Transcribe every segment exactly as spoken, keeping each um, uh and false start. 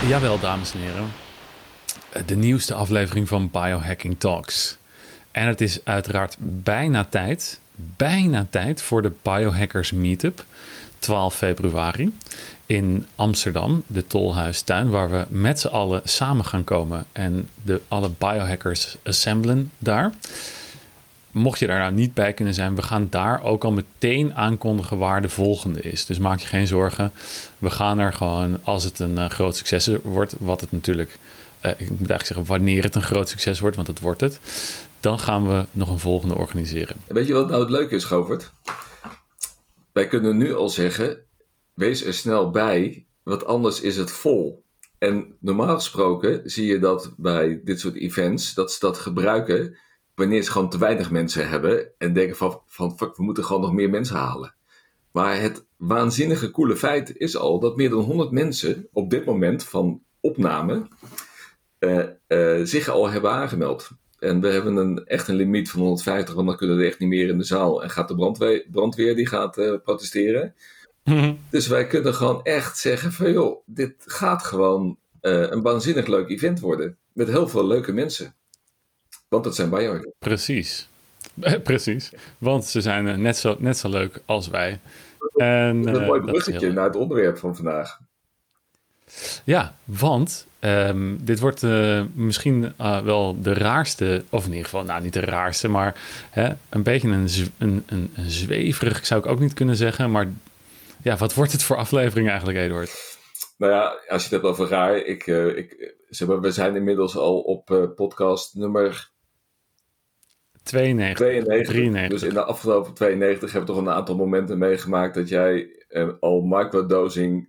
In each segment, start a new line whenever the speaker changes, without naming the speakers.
Jawel, dames en heren. De nieuwste aflevering van Biohacking Talks. En het is uiteraard bijna tijd, bijna tijd voor de Biohackers Meetup, twaalf februari, in Amsterdam, de Tolhuistuin, waar we met z'n allen samen gaan komen en de, alle biohackers assemblen daar. Mocht je daar nou niet bij kunnen zijn, we gaan daar ook al meteen aankondigen waar de volgende is. Dus maak je geen zorgen. We gaan er gewoon, als het een uh, groot succes wordt, wat het natuurlijk, uh, ik moet eigenlijk zeggen wanneer het een groot succes wordt, want dat wordt het, dan gaan we nog een volgende organiseren.
Weet je wat nou het leuke is, Govert? Wij kunnen nu al zeggen, wees er snel bij, want anders is het vol. En normaal gesproken zie je dat bij dit soort events, dat ze dat gebruiken wanneer ze gewoon te weinig mensen hebben en denken van, van fuck, we moeten gewoon nog meer mensen halen. Maar het waanzinnige coole feit is al dat meer dan honderd mensen op dit moment van opname uh, uh, zich al hebben aangemeld. En we hebben een, echt een limiet van honderdvijftig, want dan kunnen we echt niet meer in de zaal. En gaat de brandweer, brandweer die gaat uh, protesteren. Mm-hmm. Dus wij kunnen gewoon echt zeggen van joh, dit gaat gewoon uh, een waanzinnig leuk event worden. Met heel veel leuke mensen. Want dat zijn biohackers.
Precies. Precies. Want ze zijn uh, net, zo, net zo leuk als wij. En,
dat is een
uh,
mooi bruggetje naar het onderwerp van vandaag.
Ja, want um, dit wordt uh, misschien uh, wel de raarste, of in ieder geval, nou niet de raarste, maar hè, een beetje een, een, een, een zweverig, zou ik ook niet kunnen zeggen. Maar ja, wat wordt het voor aflevering eigenlijk, Eduard?
Nou ja, als je het hebt over raar, ik, uh, ik, zeg maar, we zijn inmiddels al op uh, podcast nummer
tweeënnegentig,
tweeënnegentig.
drieënnegentig.
Dus in de afgelopen tweeënnegentig hebben we toch een aantal momenten meegemaakt dat jij uh, al microdosing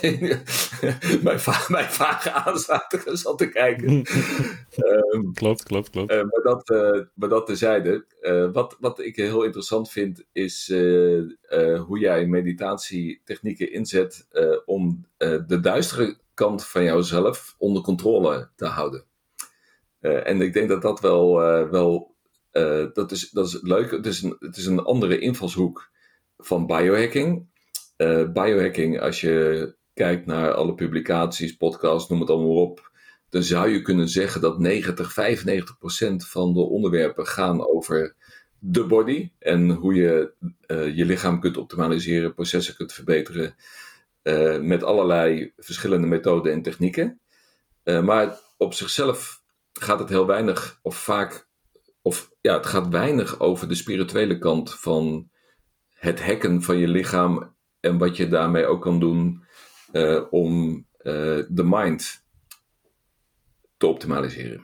mijn, va- mijn vage aanzaten zat te kijken. um,
klopt, klopt, klopt.
Uh, maar, dat, uh, maar dat terzijde. Uh, wat, wat ik heel interessant vind is uh, uh, hoe jij meditatietechnieken inzet uh, om uh, de duistere kant van jouzelf onder controle te houden. Uh, en ik denk dat dat wel... Uh, wel Uh, dat, is, dat is leuk. Het is, een, het is een andere invalshoek van biohacking. Uh, biohacking, als je kijkt naar alle publicaties, podcasts, noem het allemaal op, dan zou je kunnen zeggen dat negentig, vijfennegentig procent van de onderwerpen gaan over de body en hoe je uh, je lichaam kunt optimaliseren, processen kunt verbeteren uh, met allerlei verschillende methoden en technieken. Uh, maar op zichzelf gaat het heel weinig of vaak Of ja, het gaat weinig over de spirituele kant van het hacken van je lichaam en wat je daarmee ook kan doen uh, om uh, de mind te optimaliseren.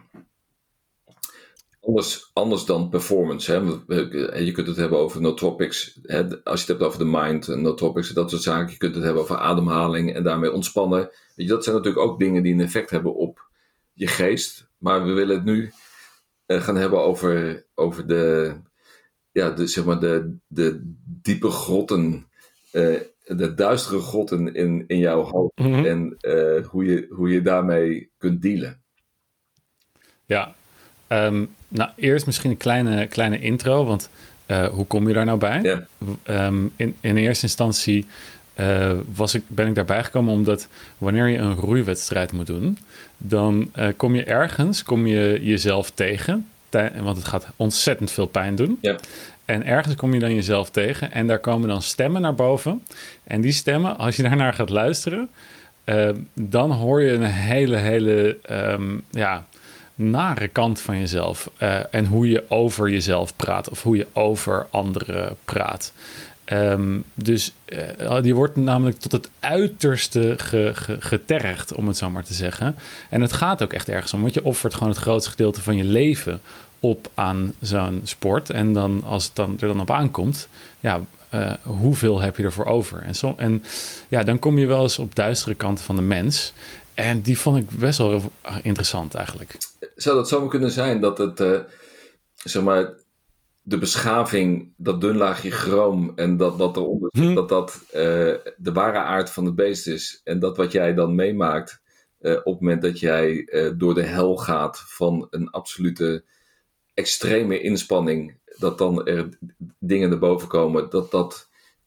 Anders, anders dan performance. Hè? Je kunt het hebben over nootropics. Hè? Als je het hebt over de mind, nootropics, dat soort zaken. Je kunt het hebben over ademhaling en daarmee ontspannen. Weet je, dat zijn natuurlijk ook dingen die een effect hebben op je geest. Maar we willen het nu gaan hebben over, over de, ja, de, zeg maar de, de diepe grotten, uh, de duistere grotten in, in jouw hoofd mm-hmm. en uh, hoe, je, hoe je daarmee kunt dealen.
Ja, um, nou eerst misschien een kleine, kleine intro, want uh, hoe kom je daar nou bij? Yeah. Um, in, in eerste instantie uh, was ik, ben ik daarbij gekomen omdat wanneer je een roeiwedstrijd moet doen, dan uh, kom je ergens, kom je jezelf tegen, tij- want het gaat ontzettend veel pijn doen.
Ja.
En ergens kom je dan jezelf tegen en daar komen dan stemmen naar boven. En die stemmen, als je daarnaar gaat luisteren, uh, dan hoor je een hele, hele um, ja, nare kant van jezelf. Uh, en hoe je over jezelf praat of hoe je over anderen praat. Um, dus uh, die wordt namelijk tot het uiterste ge, ge, getergd, om het zo maar te zeggen. En het gaat ook echt ergens om, want je offert gewoon het grootste gedeelte van je leven op aan zo'n sport. En dan, als het dan, er dan op aankomt, ja, uh, hoeveel heb je ervoor over? En, zo, en ja, dan kom je wel eens op duistere kanten van de mens. En die vond ik best wel interessant eigenlijk.
Zou dat zomaar kunnen zijn dat het, uh, zeg maar, de beschaving, dat dun laagje chroom en dat wat eronder zit, hm. dat dat uh, de ware aard van het beest is. En dat wat jij dan meemaakt uh, op het moment dat jij uh, door de hel gaat van een absolute extreme inspanning, dat dan er dingen naar boven komen, dat dat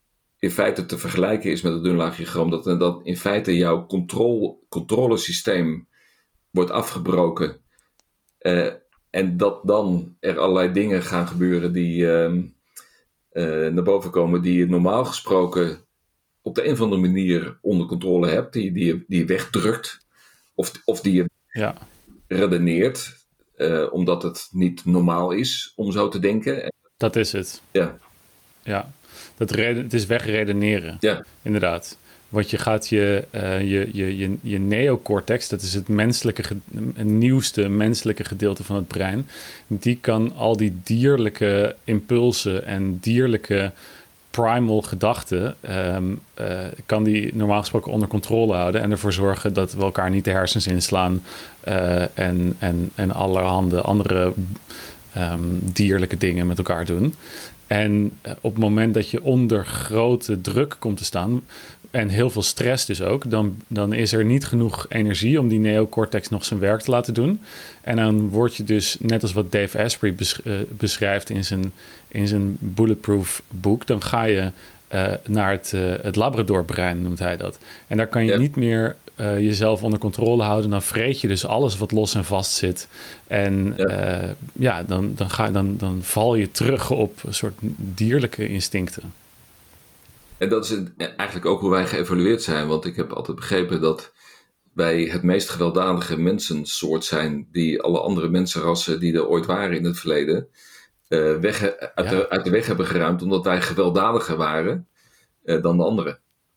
in feite te vergelijken is met het dunlaagdiagram. Dat, dat in feite jouw control, controlesysteem wordt afgebroken. Uh, en dat dan er allerlei dingen gaan gebeuren die uh, uh, naar boven komen, die je normaal gesproken op de een of andere manier onder controle hebt, die, die, je, die je wegdrukt, of, of die je
ja.
redeneert, uh, omdat het niet normaal is om zo te denken.
Dat is het.
Ja.
Ja, dat reden, het is wegredeneren,
ja.
inderdaad. Want je gaat je, uh, je, je, je, je neocortex, dat is het menselijke, het nieuwste menselijke gedeelte van het brein, die kan al die dierlijke impulsen en dierlijke primal gedachten, um, uh, kan die normaal gesproken onder controle houden en ervoor zorgen dat we elkaar niet de hersens inslaan uh, en, en, en allerhande andere um, dierlijke dingen met elkaar doen. En op het moment dat je onder grote druk komt te staan, en heel veel stress dus ook, dan, dan is er niet genoeg energie om die neocortex nog zijn werk te laten doen. En dan word je dus, net als wat Dave Asprey besch- uh, beschrijft in zijn, in zijn Bulletproof boek, dan ga je uh, naar het, uh, het Labradorbrein, noemt hij dat. En daar kan je
ja.
niet meer uh, jezelf onder controle houden. Dan vreet je dus alles wat los en vast zit. En ja, uh, ja dan, dan, ga, dan, dan val je terug op een soort dierlijke instincten.
En dat is eigenlijk ook hoe wij geëvalueerd zijn. Want ik heb altijd begrepen dat wij het meest gewelddadige mensensoort zijn, die alle andere mensenrassen die er ooit waren in het verleden uh, weg, uit, ja. de, uit de weg hebben geruimd, omdat wij gewelddadiger waren uh, dan de anderen.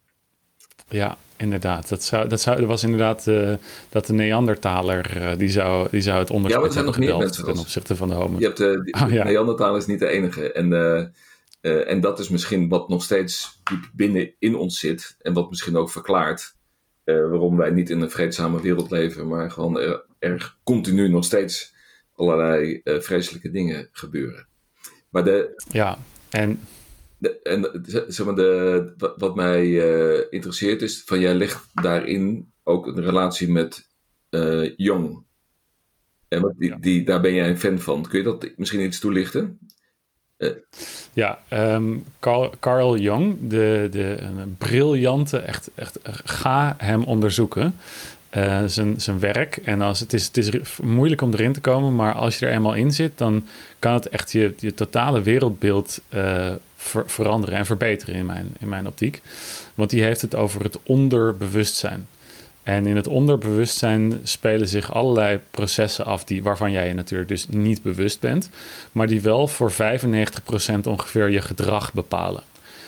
Ja, inderdaad. Dat, zou, dat, zou, dat was inderdaad uh, dat de Neandertaler, uh, die, zou, die zou het onderscheid
ja,
hebben gebeld ten opzichte van de homo.
Je hebt uh, de, oh, ja. Neandertaler is niet de enige. En, uh, uh, en dat is misschien wat nog steeds diep binnen in ons zit en wat misschien ook verklaart uh, waarom wij niet in een vreedzame wereld leven, maar gewoon er, er continu nog steeds allerlei uh, vreselijke dingen gebeuren. Maar de...
Ja, en...
De, en zeg maar de, wat, wat mij uh, interesseert is, van jij legt daarin ook een relatie met uh, Jung. En wat die, die, daar ben jij een fan van. Kun je dat misschien iets toelichten? Uh.
Ja, um, Carl, Carl Jung, de, de een briljante, echt, echt, ga hem onderzoeken. Uh, zijn, zijn werk. En als het, is, het is moeilijk om erin te komen, maar als je er eenmaal in zit, dan kan het echt je, je totale wereldbeeld uh, ver, veranderen en verbeteren in mijn, in mijn optiek. Want die heeft het over het onderbewustzijn. En in het onderbewustzijn spelen zich allerlei processen af die, waarvan jij je natuurlijk dus niet bewust bent, maar die wel voor vijfennegentig procent ongeveer je gedrag bepalen.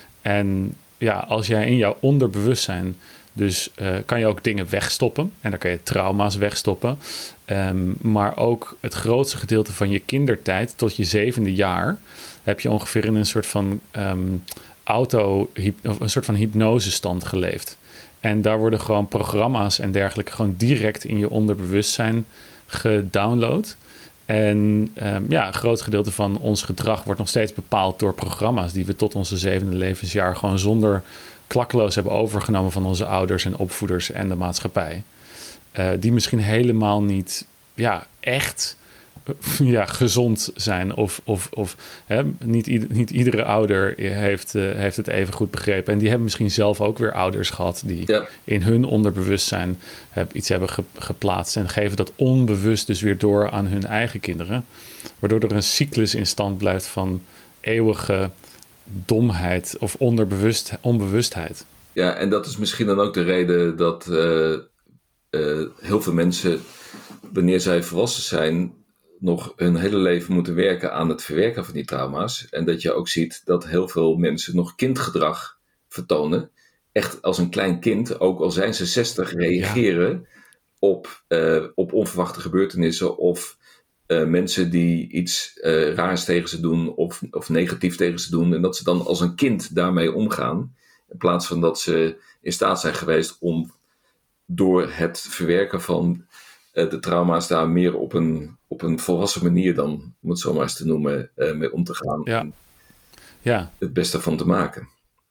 En ja, als jij in jouw onderbewustzijn dus uh, kan je ook dingen wegstoppen. En dan kan je trauma's wegstoppen. Um, maar ook het grootste gedeelte van je kindertijd tot je zevende jaar heb je ongeveer in een soort van um, auto, of een soort van hypnosestand geleefd. En daar worden gewoon programma's en dergelijke gewoon direct in je onderbewustzijn gedownload. En um, ja, een groot gedeelte van ons gedrag wordt nog steeds bepaald door programma's die we tot onze zevende levensjaar gewoon zonder klakkeloos hebben overgenomen van onze ouders en opvoeders en de maatschappij. Uh, die misschien helemaal niet ja, echt ja, gezond zijn. Of, of, of hè, niet, ieder, niet iedere ouder heeft, uh, heeft het even goed begrepen. En die hebben misschien zelf ook weer ouders gehad die ja. in hun onderbewustzijn uh, iets hebben ge, geplaatst. En geven dat onbewust dus weer door aan hun eigen kinderen. Waardoor er een cyclus in stand blijft van eeuwige domheid of onderbewust, onbewustheid.
Ja, en dat is misschien dan ook de reden dat uh, uh, heel veel mensen, wanneer zij volwassen zijn, nog hun hele leven moeten werken aan het verwerken van die trauma's. En dat je ook ziet dat heel veel mensen nog kindgedrag vertonen. Echt als een klein kind, ook al zijn ze zestig, reageren ja. op, uh, op onverwachte gebeurtenissen of Uh, mensen die iets uh, raars tegen ze doen of, of negatief tegen ze doen. En dat ze dan als een kind daarmee omgaan. In plaats van dat ze in staat zijn geweest om door het verwerken van uh, de trauma's daar meer op een, op een volwassen manier dan, om het zo maar eens te noemen, uh, mee om te gaan.
Ja.
En
ja.
het beste van te maken.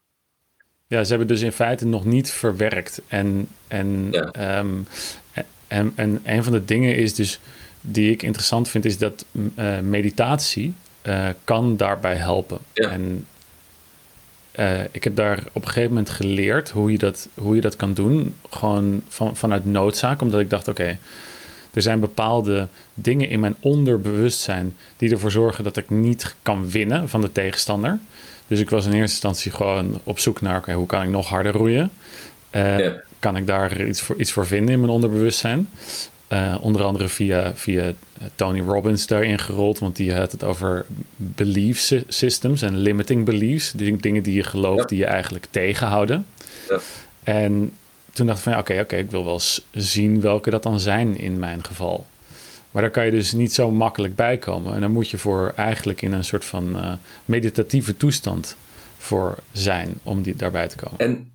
Ja, ze hebben dus in feite nog niet verwerkt. En, en, ja. um, en, en een van de dingen is dus die ik interessant vind, is dat uh, meditatie uh, kan daarbij helpen.
Ja.
En uh, ik heb daar op een gegeven moment geleerd hoe je dat, hoe je dat kan doen. Gewoon van, vanuit noodzaak. Omdat ik dacht, oké, okay, er zijn bepaalde dingen in mijn onderbewustzijn die ervoor zorgen dat ik niet kan winnen van de tegenstander. Dus ik was in eerste instantie gewoon op zoek naar, oké, okay, hoe kan ik nog harder roeien? Uh, yeah. Kan ik daar iets voor, iets voor vinden in mijn onderbewustzijn? Uh, onder andere via, via Tony Robbins daarin gerold, want die had het over belief systems en limiting beliefs. Die dingen die je gelooft, ja. die je eigenlijk tegenhouden. Ja. En toen dacht ik van ja, oké, okay, okay, ik wil wel zien welke dat dan zijn in mijn geval. Maar daar kan je dus niet zo makkelijk bij komen. En dan moet je voor eigenlijk in een soort van uh, meditatieve toestand voor zijn om die, daarbij te komen.
En,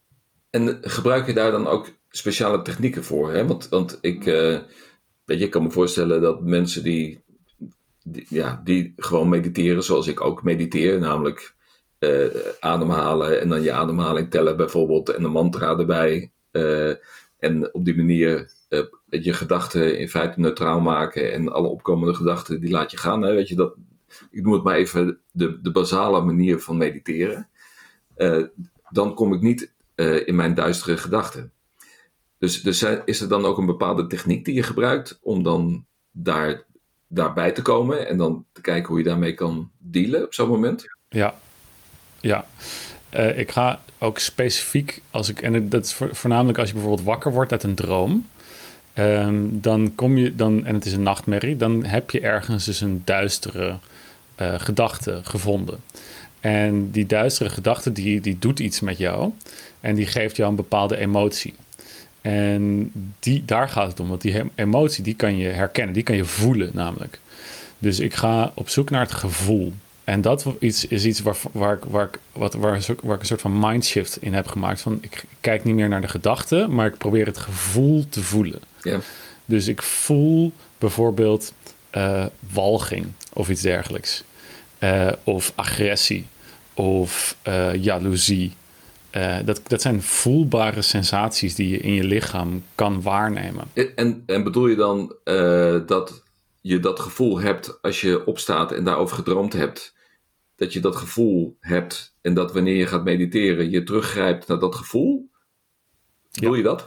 en gebruik je daar dan ook speciale technieken voor? Hè? Want, want ik, uh, weet je, ik kan me voorstellen dat mensen die, die, ja, die gewoon mediteren zoals ik ook mediteer, namelijk uh, ademhalen en dan je ademhaling tellen bijvoorbeeld en een mantra erbij. Uh, en op die manier uh, je gedachten in feite neutraal maken en alle opkomende gedachten die laat je gaan. Hè? Weet je, dat, ik noem het maar even de, de basale manier van mediteren. Uh, dan kom ik niet uh, in mijn duistere gedachten. Dus, dus is er dan ook een bepaalde techniek die je gebruikt om dan daar, daarbij te komen en dan te kijken hoe je daarmee kan dealen op zo'n moment?
Ja, ja. Uh, ik ga ook specifiek, als ik, en dat is voornamelijk als je bijvoorbeeld wakker wordt uit een droom, um, dan kom je dan, en het is een nachtmerrie, dan heb je ergens dus een duistere uh, gedachte gevonden. En die duistere gedachte, die, die doet iets met jou en die geeft jou een bepaalde emotie. En die, daar gaat het om, want die emotie die kan je herkennen, die kan je voelen namelijk. Dus ik ga op zoek naar het gevoel. En dat is iets waar, waar, waar, waar, waar, waar ik een soort van mindshift in heb gemaakt. Van, ik kijk niet meer naar de gedachten, maar ik probeer het gevoel te voelen. Yeah. Dus ik voel bijvoorbeeld uh, walging of iets dergelijks. Uh, of agressie of uh, jaloezie. Uh, dat, dat zijn voelbare sensaties die je in je lichaam kan waarnemen.
En, en bedoel je dan uh, dat je dat gevoel hebt als je opstaat en daarover gedroomd hebt, dat je dat gevoel hebt en dat wanneer je gaat mediteren je teruggrijpt naar dat gevoel? Bedoel ja. je dat?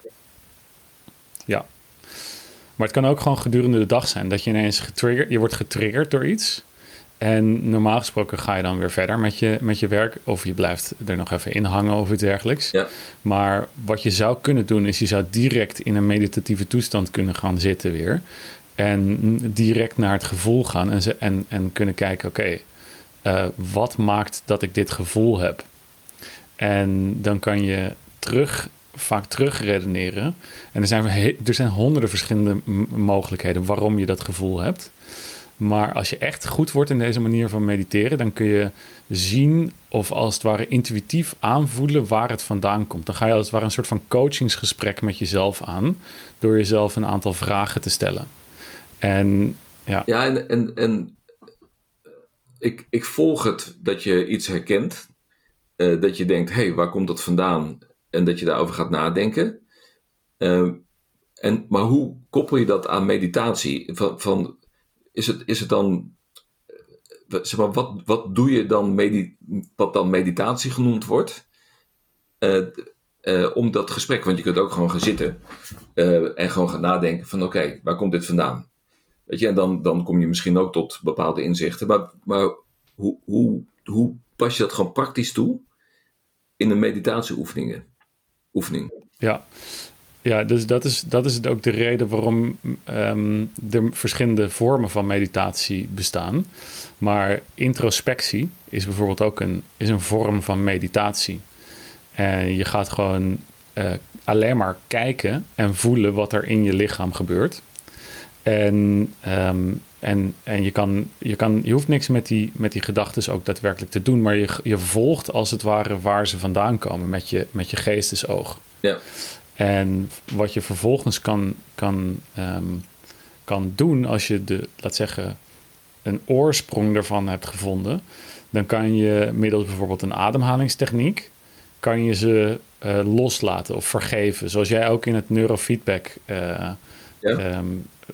Ja. Maar het kan ook gewoon gedurende de dag zijn dat je ineens getriggerd, je wordt getriggerd door iets. En normaal gesproken ga je dan weer verder met je, met je werk. Of je blijft er nog even in hangen of iets dergelijks. Ja. Maar wat je zou kunnen doen is je zou direct in een meditatieve toestand kunnen gaan zitten weer. En direct naar het gevoel gaan en, ze, en, en kunnen kijken, oké, okay, uh, wat maakt dat ik dit gevoel heb? En dan kan je terug, vaak terug redeneren. En er zijn, er zijn honderden verschillende m- mogelijkheden waarom je dat gevoel hebt. Maar als je echt goed wordt in deze manier van mediteren, dan kun je zien of als het ware intuïtief aanvoelen waar het vandaan komt. Dan ga je als het ware een soort van coachingsgesprek met jezelf aan, door jezelf een aantal vragen te stellen. En ja,
ja en, en, en ik, ik volg het dat je iets herkent, uh, dat je denkt, hé, hey, waar komt dat vandaan? En dat je daarover gaat nadenken. Uh, en, maar hoe koppel je dat aan meditatie? Van, van, is, het, is het dan, zeg maar, wat, wat doe je dan, medi- wat dan meditatie genoemd wordt? Uh, uh, om dat gesprek, want je kunt ook gewoon gaan zitten uh, en gewoon gaan nadenken van, oké, okay, waar komt dit vandaan? Weet je, en dan, dan kom je misschien ook tot bepaalde inzichten. Maar, maar hoe, hoe, hoe pas je dat gewoon praktisch toe in een meditatieoefening? Oefening?
Ja, ja dus dat is, dat is ook de reden waarom um, er verschillende vormen van meditatie bestaan. Maar introspectie is bijvoorbeeld ook een, is een vorm van meditatie. En je gaat gewoon uh, alleen maar kijken en voelen wat er in je lichaam gebeurt. En, um, en, en je, kan, je, kan, je hoeft niks met die, met die gedachten ook daadwerkelijk te doen, maar je, je volgt als het ware waar ze vandaan komen met je, met je geestesoog.
Ja.
En wat je vervolgens kan, kan, um, kan doen als je de, laat zeggen, een oorsprong daarvan hebt gevonden, dan kan je middels bijvoorbeeld een ademhalingstechniek, kan je ze uh, loslaten of vergeven. Zoals jij ook in het neurofeedback uh,
ja.
um,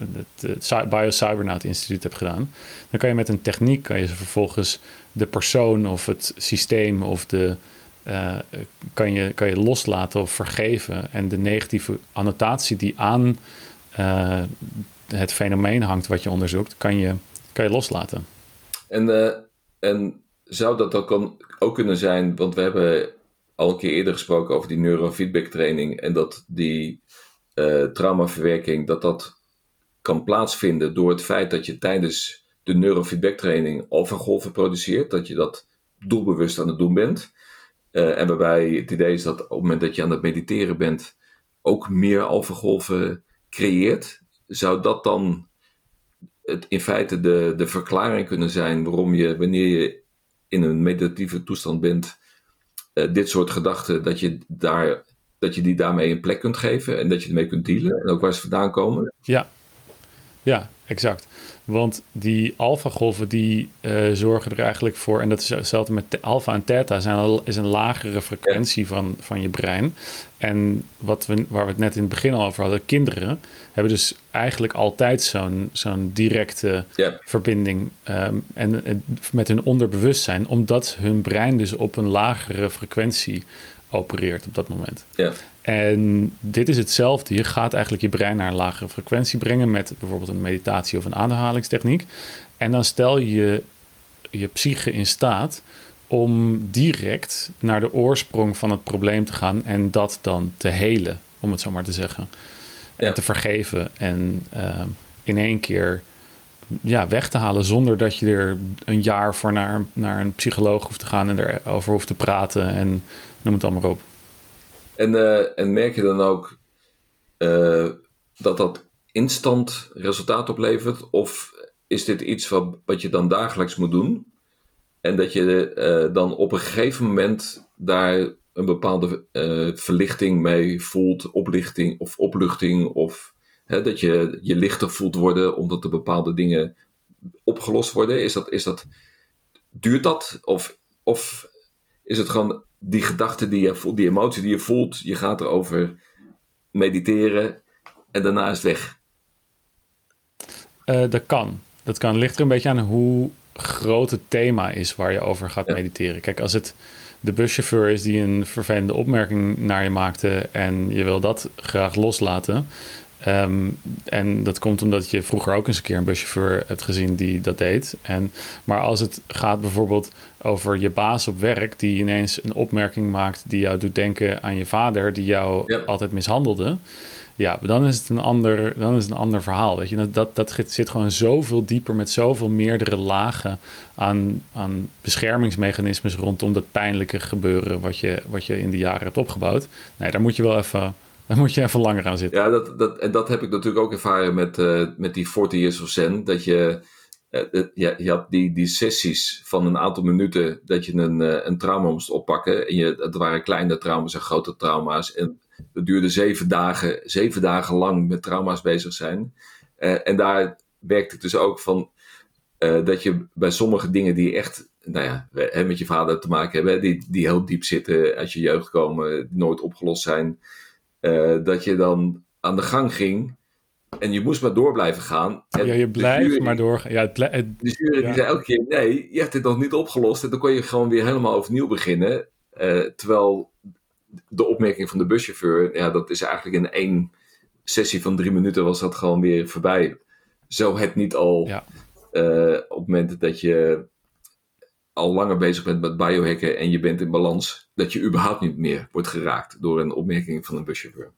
het, het Bio-Cybernaut Instituut hebt gedaan, dan kan je met een techniek kan je vervolgens de persoon of het systeem of de uh, kan je, kan je loslaten of vergeven. En de negatieve annotatie die aan uh, het fenomeen hangt wat je onderzoekt, kan je, kan je loslaten.
En, uh, en zou dat ook, kan, ook kunnen zijn, want we hebben al een keer eerder gesproken over die neurofeedback training en dat die uh, traumaverwerking, dat dat kan plaatsvinden door het feit dat je tijdens de neurofeedback training alfagolven produceert, dat je dat doelbewust aan het doen bent. Uh, en waarbij het idee is dat op het moment dat je aan het mediteren bent, ook meer alfagolven creëert. Zou dat dan het in feite de, de verklaring kunnen zijn waarom je, wanneer je in een meditatieve toestand bent, uh, dit soort gedachten, dat je, daar, dat je die daarmee een plek kunt geven en dat je ermee kunt dealen en ook waar ze vandaan komen?
Ja, ja, exact. Want die alfagolven die uh, zorgen er eigenlijk voor, en dat is hetzelfde met alfa en theta, zijn al, is een lagere frequentie ja. van, van je brein. En wat we, waar we het net in het begin al over hadden, kinderen hebben dus eigenlijk altijd zo'n, zo'n directe ja. verbinding um, en, en met hun onderbewustzijn, omdat hun brein dus op een lagere frequentie opereert op dat moment.
Ja.
En dit is hetzelfde. Je gaat eigenlijk je brein naar een lagere frequentie brengen met bijvoorbeeld een meditatie of een ademhalingstechniek. En dan stel je je psyche in staat om direct naar de oorsprong van het probleem te gaan en dat dan te helen, om het zo maar te zeggen. En ja. te vergeven en uh, in één keer ja, weg te halen zonder dat je er een jaar voor naar, naar een psycholoog hoeft te gaan en erover hoeft te praten en noem het allemaal op.
En, uh, en merk je dan ook uh, dat dat instant resultaat oplevert? Of is dit iets wat, wat je dan dagelijks moet doen? En dat je uh, dan op een gegeven moment daar een bepaalde uh, verlichting mee voelt, oplichting of opluchting, of hè, dat je je lichter voelt worden omdat er bepaalde dingen opgelost worden? Is dat, is dat, duurt dat? Of, of is het gewoon die gedachte die je voelt, die emotie die je voelt, je gaat erover mediteren en daarna is het weg?
Uh, dat kan. Dat kan. Ligt er een beetje aan hoe groot het thema is waar je over gaat ja. mediteren. Kijk, als het de buschauffeur is die een vervelende opmerking naar je maakte en je wil dat graag loslaten. Um, en dat komt omdat je vroeger ook eens een keer een buschauffeur hebt gezien die dat deed. En, maar als het gaat bijvoorbeeld over je baas op werk die ineens een opmerking maakt die jou doet denken aan je vader die jou ja. altijd mishandelde. Ja, dan is het een ander, dan is het een ander verhaal. Weet je? Dat, dat zit gewoon zoveel dieper met zoveel meerdere lagen aan, aan beschermingsmechanismes rondom dat pijnlijke gebeuren wat je, wat je in die jaren hebt opgebouwd. Nee, daar moet je wel even, daar moet je even langer aan zitten.
Ja, dat, dat, en dat heb ik natuurlijk ook ervaren met, uh, met die veertig Years of Zen. Dat je, uh, ja, je had die, die sessies van een aantal minuten dat je een, uh, een trauma moest oppakken. En je, het waren kleine trauma's en grote trauma's. En het duurde zeven dagen, zeven dagen lang met trauma's bezig zijn. Uh, en daar werkte het dus ook van uh, dat je bij sommige dingen die echt, nou ja, met je vader te maken hebben, die, die heel diep zitten uit je jeugd komen, nooit opgelost zijn, uh, dat je dan aan de gang ging en je moest maar door blijven gaan. En
ja, je blijft jury, maar doorgaan. Ja, het ble- het,
de jury
ja.
die zei elke keer, nee, je hebt dit nog niet opgelost. En dan kon je gewoon weer helemaal overnieuw beginnen. Uh, terwijl de opmerking van de buschauffeur, ja, dat is eigenlijk in één sessie van drie minuten was dat gewoon weer voorbij. Zo het niet al ja. uh, op het moment dat je al langer bezig bent met biohacken en je bent in balans, dat je überhaupt niet meer wordt geraakt door een opmerking van een buschauffeur.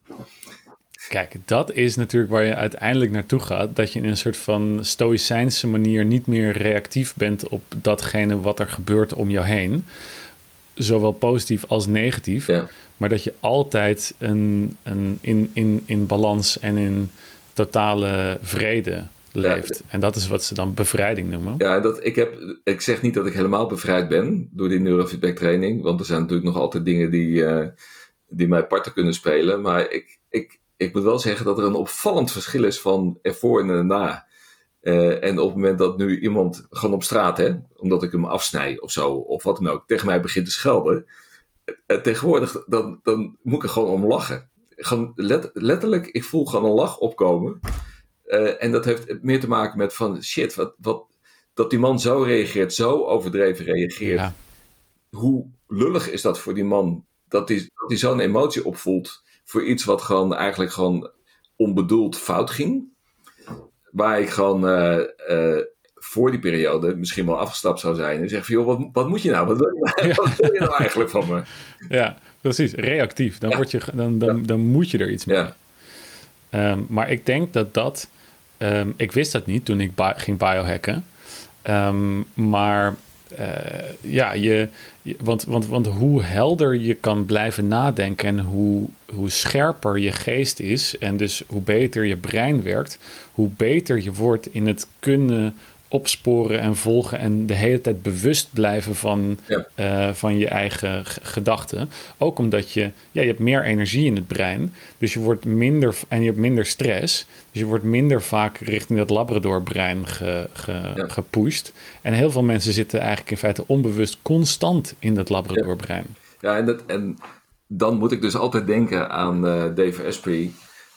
Kijk, dat is natuurlijk waar je uiteindelijk naartoe gaat. Dat je in een soort van stoïcijnse manier niet meer reactief bent op datgene wat er gebeurt om jou heen. Zowel positief als negatief.
Ja.
Maar dat je altijd een, een in, in, in balans en in totale vrede leeft. Ja. En dat is wat ze dan bevrijding noemen.
Ja, dat, ik, heb, ik zeg niet dat ik helemaal bevrijd ben door die neurofeedback training. Want er zijn natuurlijk nog altijd dingen die, uh, die mij parten kunnen spelen. Maar ik, ik, ik moet wel zeggen dat er een opvallend verschil is van ervoor en erna. Uh, en op het moment dat nu iemand gewoon op straat, hè, omdat ik hem afsnij of zo, of wat dan ook, tegen mij begint te schelden. Uh, tegenwoordig, dan, dan moet ik er gewoon om lachen. Gewoon let, letterlijk, ik voel gewoon een lach opkomen. Uh, en dat heeft meer te maken met van shit, wat, wat, dat die man zo reageert, zo overdreven reageert. Ja. Hoe lullig is dat voor die man, dat hij, dat hij zo'n emotie opvoelt voor iets wat gewoon eigenlijk gewoon onbedoeld fout ging. Waar ik gewoon uh, uh, voor die periode misschien wel afgestapt zou zijn en zeg van joh, wat, wat moet je nou? Wat wil je nou, ja. wat wil je nou eigenlijk van me?
Ja, precies. Reactief. Dan, ja. word je, dan, dan, ja. dan moet je er iets mee. Ja. Um, maar ik denk dat dat... Um, ik wist dat niet toen ik bi- ging biohacken. Um, maar uh, ja, je, je, want, want, want hoe helder je kan blijven nadenken en hoe, hoe scherper je geest is en dus hoe beter je brein werkt, hoe beter je wordt in het kunnen opsporen en volgen en de hele tijd bewust blijven van, ja. uh, van je eigen g- gedachten. Ook omdat je, ja, je hebt meer energie in het brein, dus je wordt minder en je hebt minder stress, dus je wordt minder vaak richting dat Labrador-brein ge, ge, ja. gepusht. En heel veel mensen zitten eigenlijk in feite onbewust constant in dat Labrador-brein.
Ja, ja en, dat, en dan moet ik dus altijd denken aan uh, Dave Asprey,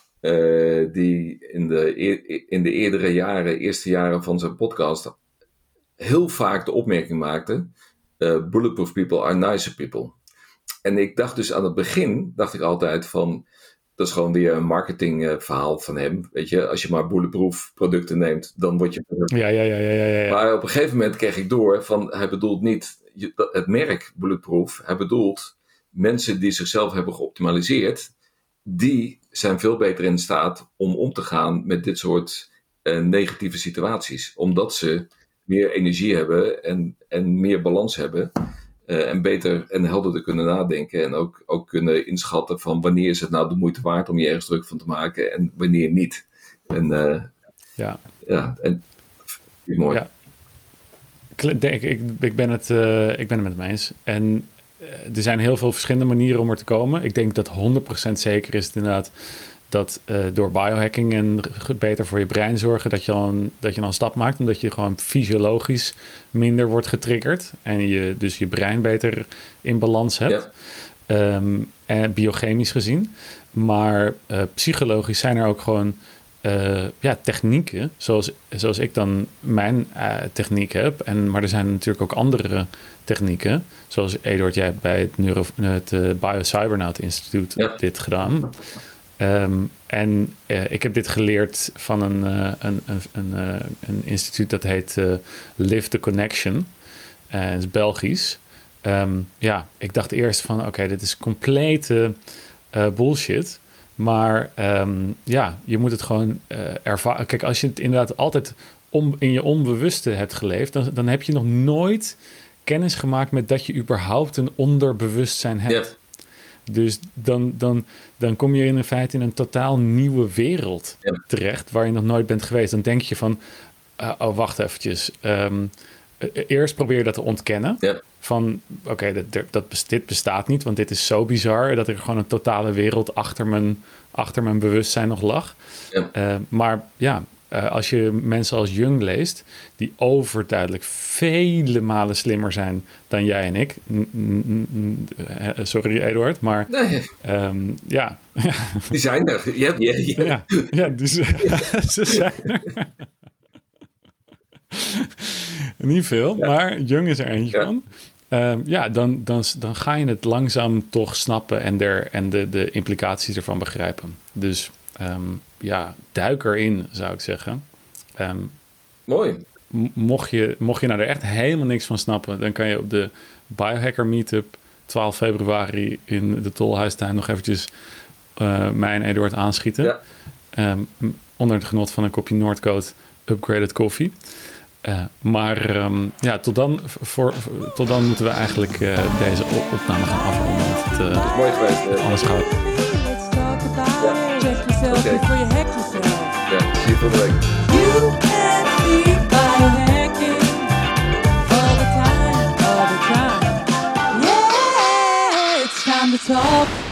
Uh, die in de, in de eerdere jaren, eerste jaren van zijn podcast, heel vaak de opmerking maakte: uh, bulletproof people are nicer people. En ik dacht dus aan het begin, dacht ik altijd van, dat is gewoon weer een marketingverhaal van hem. Weet je, als je maar bulletproof producten neemt, dan word je...
Ja, ja, ja, ja, ja, ja.
Maar op een gegeven moment kreeg ik door van, hij bedoelt niet het merk bulletproof, hij bedoelt mensen die zichzelf hebben geoptimaliseerd, die zijn veel beter in staat om om te gaan met dit soort uh, negatieve situaties. Omdat ze meer energie hebben en, en meer balans hebben. Uh, en beter en helderder kunnen nadenken. En ook, ook kunnen inschatten van wanneer is het nou de moeite waard om je ergens druk van te maken. En wanneer niet. En uh,
ja,
ja en, mooi.
Ja. Ik, ik, ik, ben het, uh, ik ben het met hem eens. En er zijn heel veel verschillende manieren om er te komen. Ik denk dat honderd procent zeker is het inderdaad dat uh, door biohacking en beter voor je brein zorgen, dat je, al een, dat je al een stap maakt, omdat je gewoon fysiologisch minder wordt getriggerd en je dus je brein beter in balans hebt. Ja. Um, en biochemisch gezien. Maar uh, psychologisch zijn er ook gewoon uh, ja, technieken, zoals, zoals ik dan mijn uh, techniek heb. En, maar er zijn natuurlijk ook andere technieken. Zoals Eduard, jij hebt bij het, Neuro, het uh, Biocybernaut Instituut ja. dit gedaan. Um, en uh, ik heb dit geleerd van een, uh, een, een, een, uh, een instituut dat heet uh, Live the Connection. En uh, het is Belgisch. Um, ja, ik dacht eerst van oké, okay, dit is complete uh, bullshit. Maar um, ja, je moet het gewoon uh, ervaren. Kijk, als je het inderdaad altijd om, in je onbewuste hebt geleefd, dan, dan heb je nog nooit kennis gemaakt met dat je überhaupt een onderbewustzijn hebt. Ja. Dus dan, dan, dan kom je in feite in een totaal nieuwe wereld ja. terecht, waar je nog nooit bent geweest. Dan denk je van, uh, oh wacht eventjes. Um, eerst probeer je dat te ontkennen. Ja. Van, oké, okay, dat, dat, dit bestaat niet, want dit is zo bizar dat er gewoon een totale wereld achter mijn, achter mijn bewustzijn nog lag. Ja. Uh, maar ja, uh, als je mensen als Jung leest, die overduidelijk vele malen slimmer zijn dan jij en ik. N- n- n- sorry, Eduard, maar nee. um, ja.
Die zijn er. Ja, ja, ja.
ja, ja dus, ze zijn er. Niet veel, ja. Maar Jung is er eentje ja. van. Um, ja, dan, dan, dan ga je het langzaam toch snappen en, der, en de, de implicaties ervan begrijpen. Dus um, ja, duik erin, zou ik zeggen. Um,
Mooi.
M- mocht, je, mocht je nou er echt helemaal niks van snappen, dan kan je op de Biohacker Meetup twaalf februari in de Tolhuistuin nog eventjes uh, mij en Eduard aanschieten. Ja. Um, onder het genot van een kopje Noordcoat upgraded koffie. Uh, maar um, ja, tot dan, voor, voor, tot dan moeten we eigenlijk uh, deze op- opname gaan afronden. Want het, uh,
het is mooi geweest. Uh,
alles gaat.
Ja. Okay. Ja, zie je volgende week. You and me biohacking all the time, all the time. Yeah, it's time to talk.